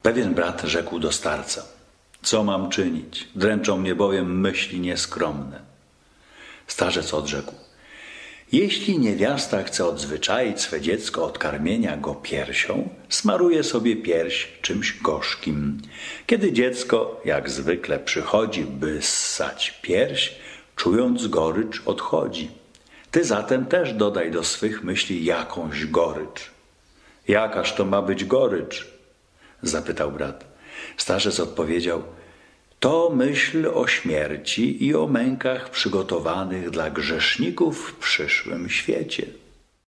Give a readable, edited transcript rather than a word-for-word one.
Pewien brat rzekł do starca: co mam czynić? Dręczą mnie bowiem myśli nieskromne. Starzec odrzekł: jeśli niewiasta chce odzwyczaić swe dziecko od karmienia go piersią, smaruje sobie pierś czymś gorzkim. Kiedy dziecko, jak zwykle, przychodzi, by ssać pierś, czując gorycz, odchodzi. Ty zatem też dodaj do swych myśli jakąś gorycz. Jakaż to ma być gorycz? Zapytał brat. Starzec odpowiedział: to myśl o śmierci i o mękach przygotowanych dla grzeszników w przyszłym świecie.